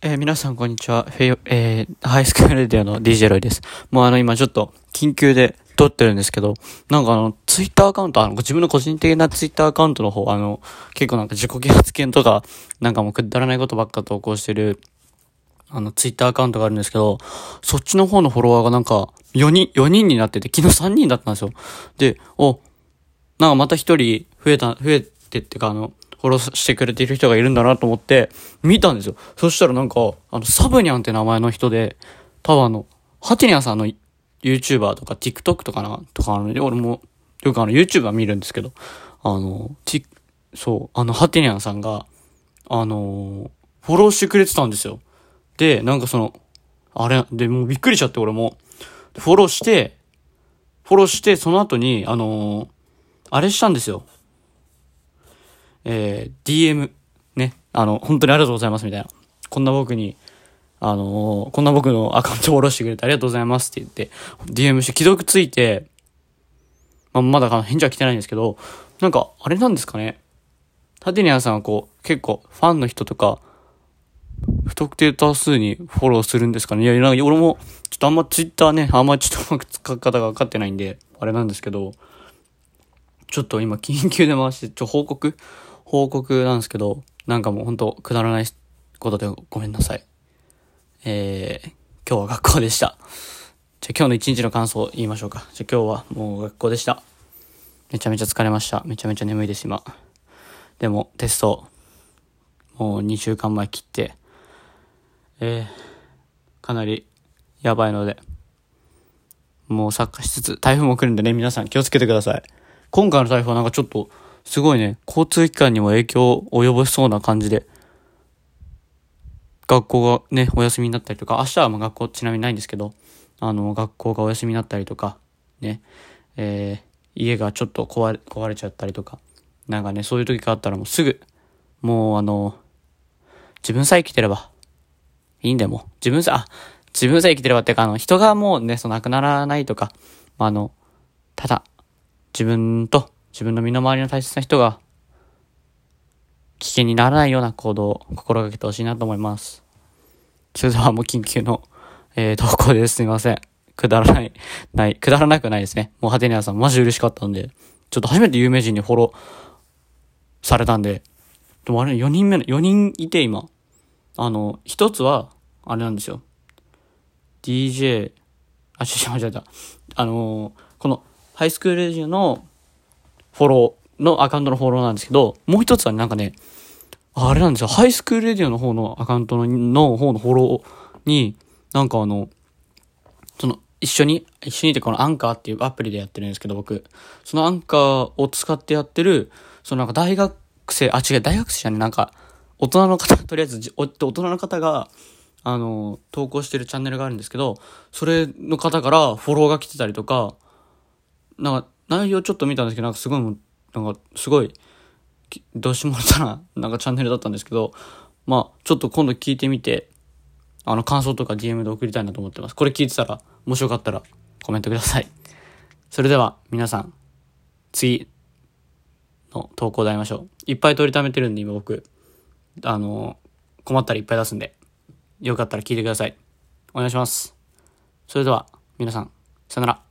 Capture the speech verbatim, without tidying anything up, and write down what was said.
えー皆さんこんにちは。フェイ、えーハイスクールレディオの ディージェー ロイです。もうあの今ちょっと緊急で撮ってるんですけど、なんかあのツイッターアカウント、あの自分の個人的なツイッターアカウントの方、あの結構なんか自己啓発系とか、なんかもうくだらないことばっか投稿してる、あのツイッターアカウントがあるんですけど、そっちの方のフォロワーがなんかよにん、よにんになってて、昨日さんにんだったんですよ。で、お、なんかまた一人増えた、増えてってかあの、フォローしてくれている人がいるんだなと思って、見たんですよ。そしたらなんか、あの、サブニャンって名前の人で、多分あの、ハテニャンさんの YouTuber とか TikTok とかな、とかあの、俺も、よくあの YouTuber 見るんですけど、あの、ち、そう、あの、ハテニャンさんが、あの、フォローしてくれてたんですよ。で、なんかその、あれ、で、もうびっくりしちゃって俺も、フォローして、フォローして、その後に、あのあれしたんですよ。えー、ディーエム、ね。あの、本当にありがとうございますみたいな。こんな僕に、あのーこんな僕のアカウントを下ろしてくれてありがとうございますって言って、ディーエム して既読ついて、まあ、まだ返事は来てないんですけど、なんか、あれなんですかね。タテニアンさんはこう、結構、ファンの人とか、不特定多数にフォローするんですかね。いや、なんか俺も、ちょっとあんまツイッターね、あんまちょっとうまく使い方が分かってないんで、あれなんですけど、ちょっと今緊急で回して、ちょ、報告報告なんですけど、なんかもうほんとくだらないことでごめんなさい。えー、今日は学校でした。じゃあ今日の一日の感想を言いましょうか。じゃあ今日はもう学校でした。めちゃめちゃ疲れました。めちゃめちゃ眠いです今。でもテスト、もうにしゅうかんまえ切って、えー、かなりやばいので、もうサッカーしつつ、台風も来るんでね、皆さん気をつけてください。今回の台風はなんかちょっと、すごいね、交通機関にも影響を及ぼしそうな感じで、学校がね、お休みになったりとか、明日はまあ学校ちなみにないんですけど、あの、学校がお休みになったりとか、ね、えー、家がちょっと壊れ、壊れちゃったりとか、なんかね、そういう時があったらもうすぐ、もうあの、自分さえ生きてれば、いいんだよ、もう。自分さ、あ、自分さえ生きてればっていうか、あの、人がもうね、そう亡くならないとか、まあ、あの、ただ、自分と、自分の身の回りの大切な人が、危険にならないような行動を心がけてほしいなと思います。それではもう緊急の、えー、投稿です。すみません。くだらない、ない、くだらなくないですね。もうハテニアさんマジ嬉しかったんで、ちょっと初めて有名人にフォローされたんで、でもあれよにんめの、よにんいて今。あの、一つは、あれなんですよ。ディージェー、あ、違う違う違う。あのー、この、ハイスクールレジオのフォローのアカウントのフォローなんですけど、もう一つはなんかね、あれなんですよ。ハイスクールレディオの方のアカウントのの方のフォローに、なんかあの、その、一緒に、一緒にってこのアンカーっていうアプリでやってるんですけど、僕。そのアンカーを使ってやってる、そのなんか大学生、あ、違う、大学生じゃね、なんか、大人の方、とりあえず、お大人の方が、あの、投稿してるチャンネルがあるんですけど、それの方からフォローが来てたりとか、なんか、内容ちょっと見たんですけど、なんかすごいもう、なんか、すごい、どうしもれたな、なんかチャンネルだったんですけど、まあ、ちょっと今度聞いてみて、あの、感想とか ディーエム で送りたいなと思ってます。これ聞いてたら、もしよかったらコメントください。それでは、皆さん、次の投稿で会いましょう。いっぱい取りためてるんで、今僕、あの、困ったらいっぱい出すんで、よかったら聞いてください。お願いします。それでは、皆さん、さよなら。